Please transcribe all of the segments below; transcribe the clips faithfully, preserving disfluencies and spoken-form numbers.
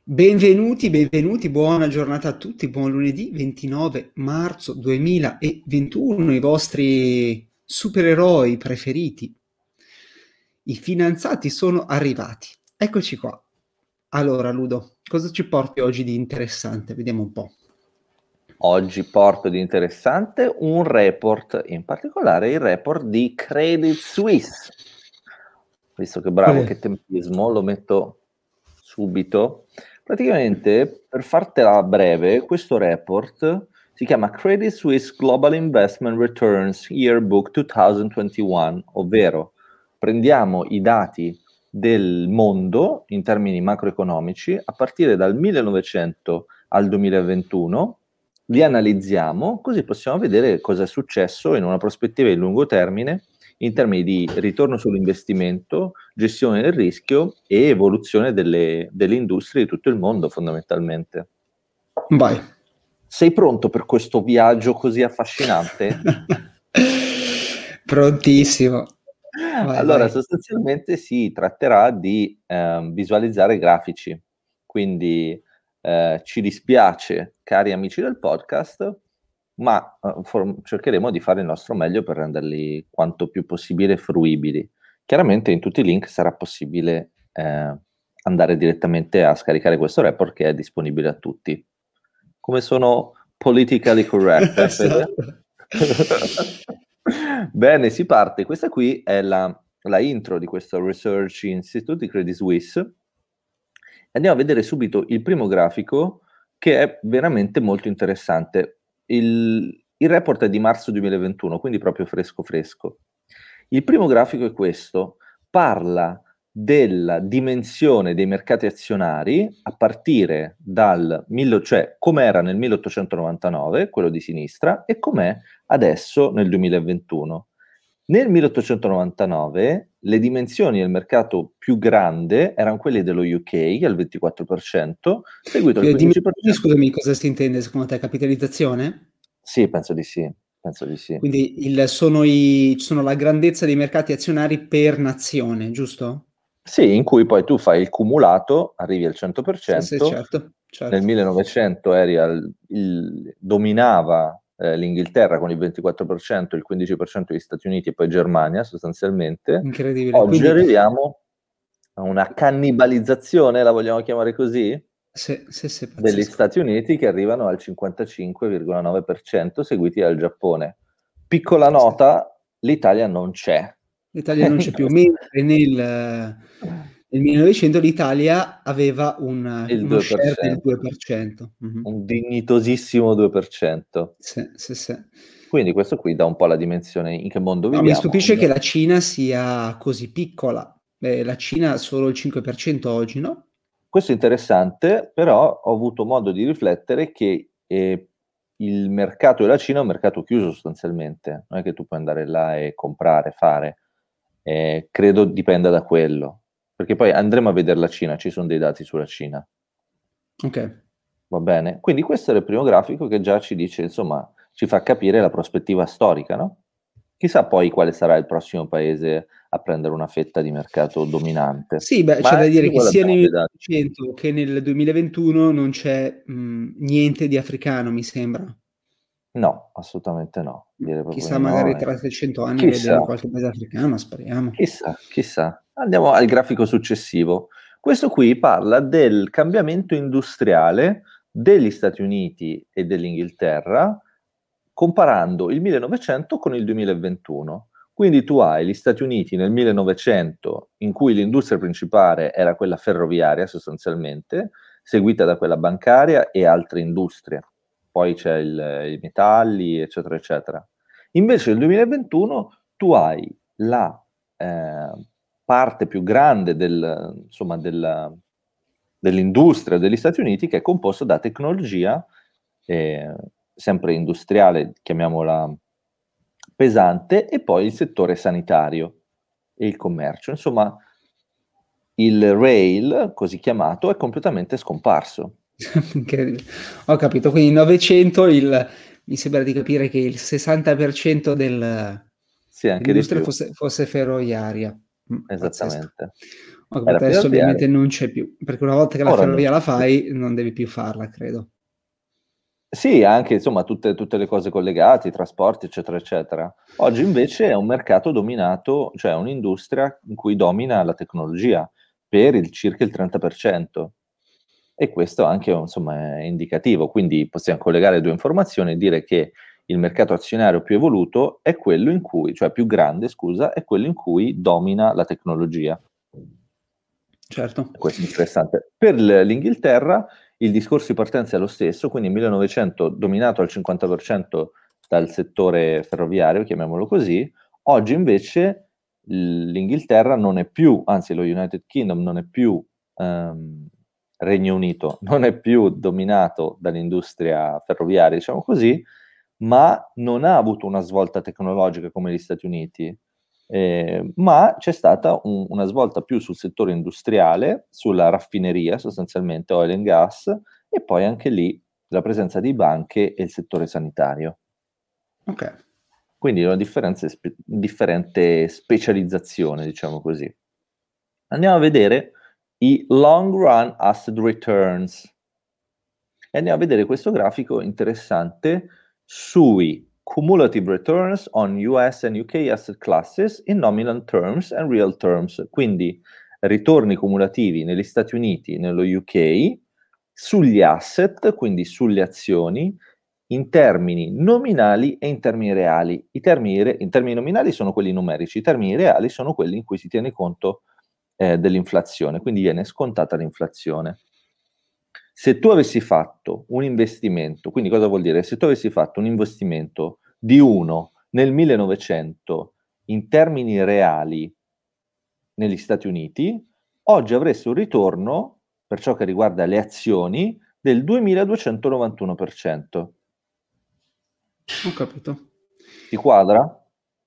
Benvenuti, benvenuti, buona giornata a tutti, buon lunedì ventinove marzo duemilaventuno, i vostri supereroi preferiti, i finanziati sono arrivati. Eccoci qua. Allora, Ludo, cosa ci porti oggi di interessante? Vediamo un po'. Oggi porto di interessante un report, in particolare il report di Credit Suisse. Visto che bravo, che tempismo, lo metto subito. Praticamente, per fartela breve, questo report si chiama Credit Suisse Global Investment Returns Yearbook duemilaventuno, ovvero prendiamo i dati del mondo in termini macroeconomici a partire dal millenovecento al duemilaventuno, li analizziamo, così possiamo vedere cosa è successo in una prospettiva di lungo termine in termini di ritorno sull'investimento, gestione del rischio e evoluzione delle, delle industrie di tutto il mondo, fondamentalmente. Vai. Sei pronto per questo viaggio così affascinante? Prontissimo. Vai, allora, vai. sostanzialmente si tratterà di eh, visualizzare grafici, quindi eh, ci dispiace, cari amici del podcast, ma eh, for- cercheremo di fare il nostro meglio per renderli quanto più possibile fruibili. Chiaramente in tutti i link sarà possibile eh, andare direttamente a scaricare questo report che è disponibile a tutti. Come sono politically correct, eh, Fede? Bene, si parte. Questa qui è la, la intro di questo Research Institute di Credit Suisse. Andiamo a vedere subito il primo grafico, che è veramente molto interessante. Il, il report è di marzo duemilaventuno, quindi proprio fresco fresco. Il primo grafico è questo, parla della dimensione dei mercati azionari a partire dal, cioè come era nel milleottocentonovantanove, quello di sinistra, e com'è adesso nel duemilaventuno. Nel milleottocentonovantanove le dimensioni del mercato più grande erano quelle dello U K al ventiquattro per cento, seguito al quindici per cento. Scusami, cosa si intende secondo te? Capitalizzazione? Sì, penso di sì, penso di sì. Quindi il, sono, i, sono la grandezza dei mercati azionari per nazione, giusto? Sì, in cui poi tu fai il cumulato, arrivi al cento per cento. Sì, sì, certo, certo. Nel millenovecento eri al, il, dominava eh, l'Inghilterra con il ventiquattro per cento, il quindici per cento gli Stati Uniti e poi Germania sostanzialmente. Incredibile. Oggi Quindi, arriviamo a una cannibalizzazione, la vogliamo chiamare così? Sì, sì, sì, degli Stati Uniti che arrivano al cinquantacinque virgola nove per cento, seguiti dal Giappone. Piccola nota, sì. L'Italia non c'è. L'Italia non c'è più, mentre nel, nel millenovecento l'Italia aveva un, il uno due per cento. share del due per cento. Mm-hmm. Un dignitosissimo due per cento. Sì, sì, sì. Quindi questo qui dà un po' la dimensione in che mondo no, viviamo. Mi stupisce che la Cina sia così piccola. Beh, la Cina ha solo il cinque per cento oggi, no? Questo è interessante, però ho avuto modo di riflettere che eh, il mercato della Cina è un mercato chiuso sostanzialmente, non è che tu puoi andare là e comprare, fare. Eh, credo dipenda da quello, perché poi andremo a vedere la Cina, ci sono dei dati sulla Cina. Ok. Va bene? Quindi questo era il primo grafico che già ci dice, insomma, ci fa capire la prospettiva storica, no? Chissà poi quale sarà il prossimo paese a prendere una fetta di mercato dominante. Sì, beh, Ma c'è da dire che sia nel dati. millenovecento che nel duemilaventuno non c'è mh, niente di africano, mi sembra. No, assolutamente no. Dire Chissà, proprio magari no. tra trecento anni Chissà, vedremo qualche paese africano, speriamo. chissà, chissà. Andiamo al grafico successivo. Questo qui parla del cambiamento industriale degli Stati Uniti e dell'Inghilterra comparando il millenovecento con il duemilaventuno. Quindi tu hai gli Stati Uniti nel millenovecento, in cui l'industria principale era quella ferroviaria sostanzialmente, seguita da quella bancaria e altre industrie. Poi c'è il, i metalli, eccetera, eccetera. Invece nel duemilaventuno tu hai la eh, parte più grande del, insomma, della, dell'industria degli Stati Uniti che è composta da tecnologia eh, sempre industriale, chiamiamola pesante, e poi il settore sanitario e il commercio. Insomma, il rail, così chiamato, è completamente scomparso. Incredibile. Ho capito, quindi novecento il, mi sembra di capire che il sessanta per cento del, sì, anche dell'industria di più. fosse, fosse ferroviaria. Mm, Esattamente. pazzesco. Ma Era adesso ferroviaria. ovviamente non c'è più, perché una volta che la Ora non ferrovia c'è la più. fai, non devi più farla, credo. Sì, anche insomma tutte, tutte le cose collegate, i trasporti, eccetera, eccetera. Oggi invece è un mercato dominato, cioè un'industria in cui domina la tecnologia per il circa il trenta per cento. E questo anche insomma, è indicativo. Quindi possiamo collegare le due informazioni e dire che il mercato azionario più evoluto è quello in cui, cioè più grande, scusa, è quello in cui domina la tecnologia. Certo. Questo è interessante. Per l'Inghilterra il discorso di partenza è lo stesso, quindi millenovecento dominato al cinquanta per cento dal settore ferroviario, chiamiamolo così. Oggi invece l'Inghilterra non è più, anzi lo United Kingdom non è più ehm, Regno Unito, non è più dominato dall'industria ferroviaria, diciamo così, ma non ha avuto una svolta tecnologica come gli Stati Uniti. Eh, ma c'è stata un, una svolta più sul settore industriale, sulla raffineria, sostanzialmente oil and gas, e poi anche lì la presenza di banche e il settore sanitario. Ok. Quindi una differenza, spe- differente specializzazione, diciamo così. Andiamo a vedere i long run asset returns. E andiamo a vedere questo grafico interessante sui cumulative returns on U S and U K asset classes in nominal terms and real terms, quindi ritorni cumulativi negli Stati Uniti, nello U K, sugli asset, quindi sulle azioni, in termini nominali e in termini reali. I termini, re- in termini nominali sono quelli numerici, i termini reali sono quelli in cui si tiene conto eh, dell'inflazione, quindi viene scontata l'inflazione. Se tu avessi fatto un investimento, quindi cosa vuol dire? Se tu avessi fatto un investimento di uno nel millenovecento in termini reali negli Stati Uniti, oggi avresti un ritorno, per ciò che riguarda le azioni, del duemiladuecentonovantuno per cento. Ho capito. Ti quadra?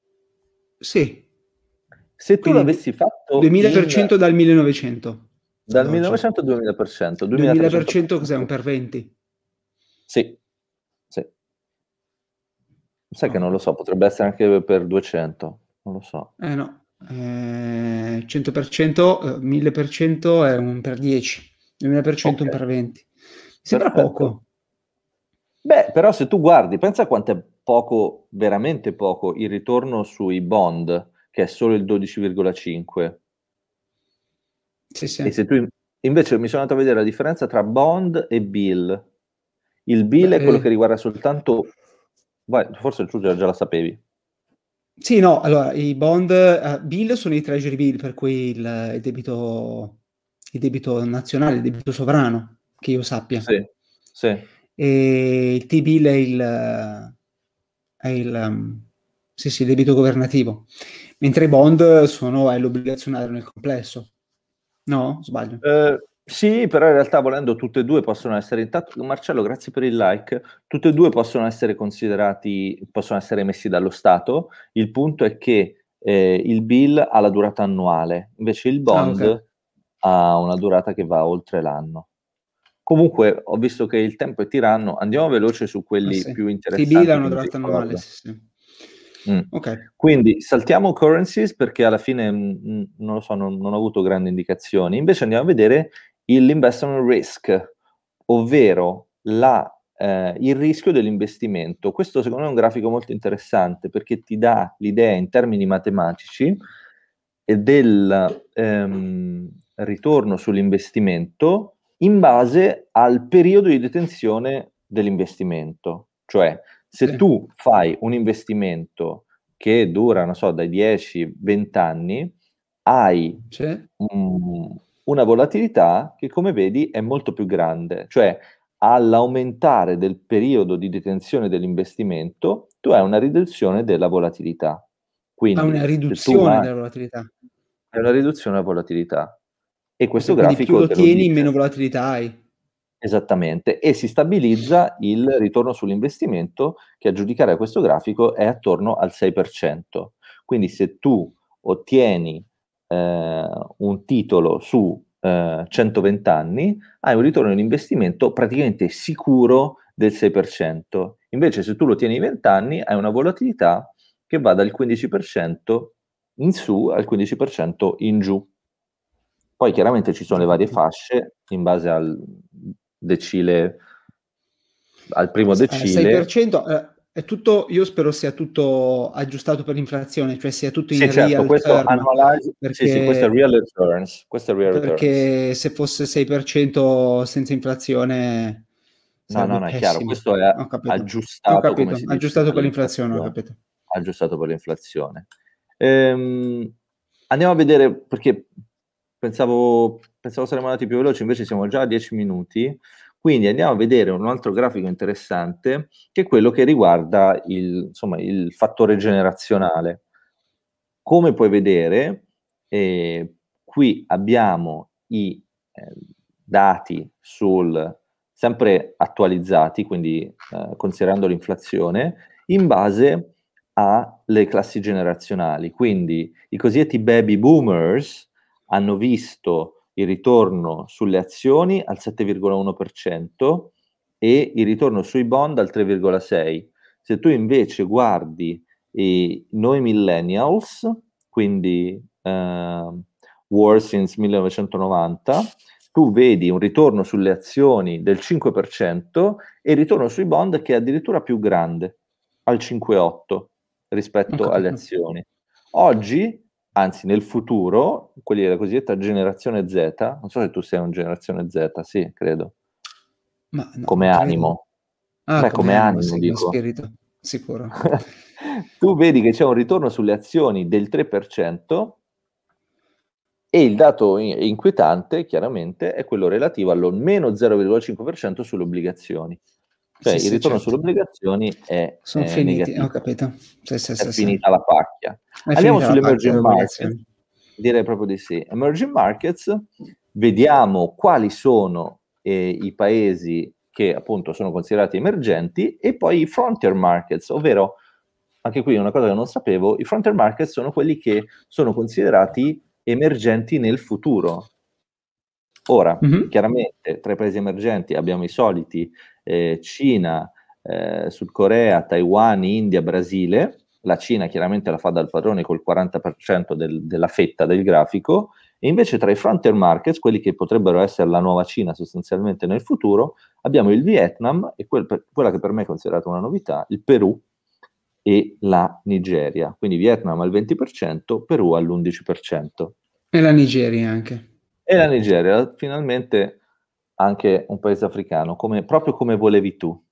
Sì. Se tu Quindi l'avessi fatto in duemila per cento dal millenovecento ad dal oggi. millenovecento al duemila per cento, duemila per duemilatrecento per cento cos'è? Un cento. per venti? Sì, sì. Sai Ho che non lo capito. so, potrebbe essere anche per duecento, non lo so. Eh no. Eh, cento per cento, eh, mille per cento è un per dieci. duemila per cento Ok, un per venti. Mi sembra perfetto. poco. Beh, però se tu guardi, pensa quanto è poco, veramente poco, il ritorno sui bond, che è solo il dodici virgola cinque. Sì, sì. E se tu invece mi sono andato a vedere la differenza tra bond e bill. Il bill Beh, è quello che eh, riguarda soltanto... Vai, forse tu già, già la sapevi. sì, no, allora, i bond, eh, bill sono i treasury bill, per cui il, il debito, il debito nazionale, il debito sovrano, che io sappia. Sì, sì. E il T-bill è il, è il, um, sì, sì, il debito governativo, mentre i bond sono, è l'obbligazionario nel complesso. No? Sbaglio. Eh, sì, però in realtà volendo tutte e due possono essere, intanto Marcello, grazie per il like, tutte e due possono essere considerati, possono essere emessi dallo Stato, il punto è che eh, il bill ha la durata annuale, invece il Ah, ok. bond ha una durata che va oltre l'anno. Comunque, ho visto che il tempo è tiranno, andiamo veloce su Ah, quelli sì. più T-bill ha interessanti che una mi durata annuale, ricordo. sì, sì. Mm. Ok. Quindi saltiamo currencies perché alla fine mh, non lo so, non, non ho avuto grandi indicazioni. Invece andiamo a vedere l'investment risk, ovvero la, eh, il rischio dell'investimento. Questo secondo me è un grafico molto interessante perché ti dà l'idea in termini matematici e del ehm, ritorno sull'investimento in base al periodo di detenzione dell'investimento. Cioè, se Sì. tu fai un investimento che dura, non so, dai dieci venti anni, hai Sì. um, una volatilità che, come vedi, è molto più grande. Cioè, all'aumentare del periodo di detenzione dell'investimento, tu hai una riduzione della volatilità. Ha Quindi, una se tu riduzione hai della volatilità. è una riduzione della volatilità. E questo Ok, quindi più grafico lo te lo tieni, meno dice. volatilità hai. Esattamente, e si stabilizza il ritorno sull'investimento che a giudicare da questo grafico è attorno al sei per cento. Quindi se tu ottieni eh, un titolo su eh, centoventi anni, hai un ritorno di investimento praticamente sicuro del sei per cento. Invece se tu lo tieni venti anni, hai una volatilità che va dal quindici per cento in su al quindici per cento in giù. Poi chiaramente ci sono le varie fasce in base al decile, al primo decile. sei per cento eh, è tutto, io spero sia tutto aggiustato per l'inflazione, cioè sia tutto in sì, certo, real questo term, annualize, perché, sì, sì, questo è real returns, questo è real perché returns. se fosse sei per cento senza inflazione No, no, sarebbe no, è chiaro, pessimo. questo è Ho capito, ho aggiustato, come capito, si dice, aggiustato per per l'inflazione, ho l'inflazione. capito. Aggiustato per l'inflazione. Ehm, andiamo a vedere, perché pensavo, pensavo saremmo andati più veloci, invece siamo già a dieci minuti, quindi andiamo a vedere un altro grafico interessante, che è quello che riguarda il, insomma, il fattore generazionale. Come puoi vedere, eh, qui abbiamo i eh, dati sul, sempre attualizzati, quindi eh, considerando l'inflazione, in base alle classi generazionali. Quindi i cosiddetti baby boomers hanno visto il ritorno sulle azioni al sette virgola uno per cento e il ritorno sui bond al tre virgola sei per cento. Se tu invece guardi i, noi millennials, quindi eh, War since millenovecentonovanta, tu vedi un ritorno sulle azioni del cinque per cento e il ritorno sui bond che è addirittura più grande, al cinque virgola otto per cento rispetto alle azioni. Oggi, anzi nel futuro, quelli della cosiddetta generazione Z, non so se tu sei un generazione Z, sì, credo, Ma no, come non credo. animo. Ah, Beh, come come animo, animo, sì, come dico. spirito, sicuro. Tu vedi che c'è un ritorno sulle azioni del tre per cento e il dato inquietante, chiaramente, è quello relativo allo meno zero virgola cinque per cento sulle obbligazioni. Cioè, Sì, il sì, ritorno certo. sulle obbligazioni è, Sono è finiti, ho negativo. capito. Sì, sì, È sì, sì. finita la pacchia. È Andiamo finita la sulle parte delle emerging markets. obbligazioni. Direi proprio di sì. Emerging markets, vediamo quali sono eh, i paesi che appunto sono considerati emergenti e poi i frontier markets, ovvero, anche qui una cosa che non sapevo, i frontier markets sono quelli che sono considerati emergenti nel futuro. Ora, mm-hmm. chiaramente tra i paesi emergenti abbiamo i soliti eh, Cina, eh, Sud Corea, Taiwan, India, Brasile. La Cina chiaramente la fa dal padrone col quaranta per cento del, della fetta del grafico, e invece tra i frontier markets, quelli che potrebbero essere la nuova Cina sostanzialmente nel futuro, abbiamo il Vietnam e quel, quella che per me è considerata una novità, il Perù e la Nigeria. Quindi Vietnam al venti per cento, Perù all'undici per cento. E la Nigeria anche. E la Nigeria, finalmente anche un paese africano, come, proprio come volevi tu.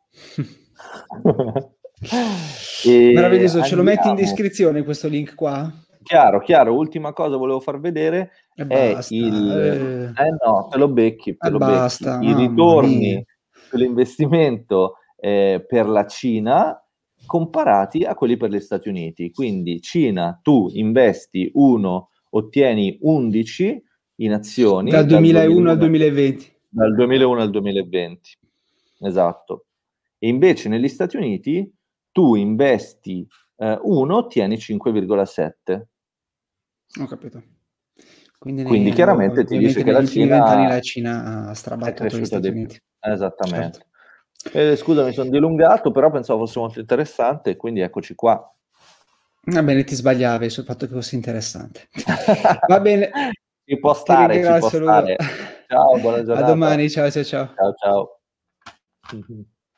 E meraviglioso, andiamo. Ce lo metti in descrizione questo link qua? Chiaro, chiaro, ultima cosa volevo far vedere e è basta, il... Eh, eh no, te lo becchi, te e lo basta, becchi. I ritorni sull'investimento eh, per la Cina comparati a quelli per gli Stati Uniti. Quindi Cina, tu investi uno, ottieni undici in azioni. Dal duemilauno al duemilaventi. Dal duemilauno al duemilaventi, esatto. E invece negli Stati Uniti tu investi eh, uno, ottieni cinque virgola sette. Ho capito. Quindi, Quindi nei, chiaramente ti dice che la Cina, vent'anni la Cina ha strabattuto gli Stati di... Uniti. Esattamente. Certo. Eh, scusa, mi sono dilungato, però pensavo fosse molto interessante, quindi eccoci qua. Va bene, ti sbagliavi sul fatto che fosse interessante. Va bene. Ci può stare, ci può stare. Ciao, buona giornata. A domani, ciao ciao ciao. Ciao ciao.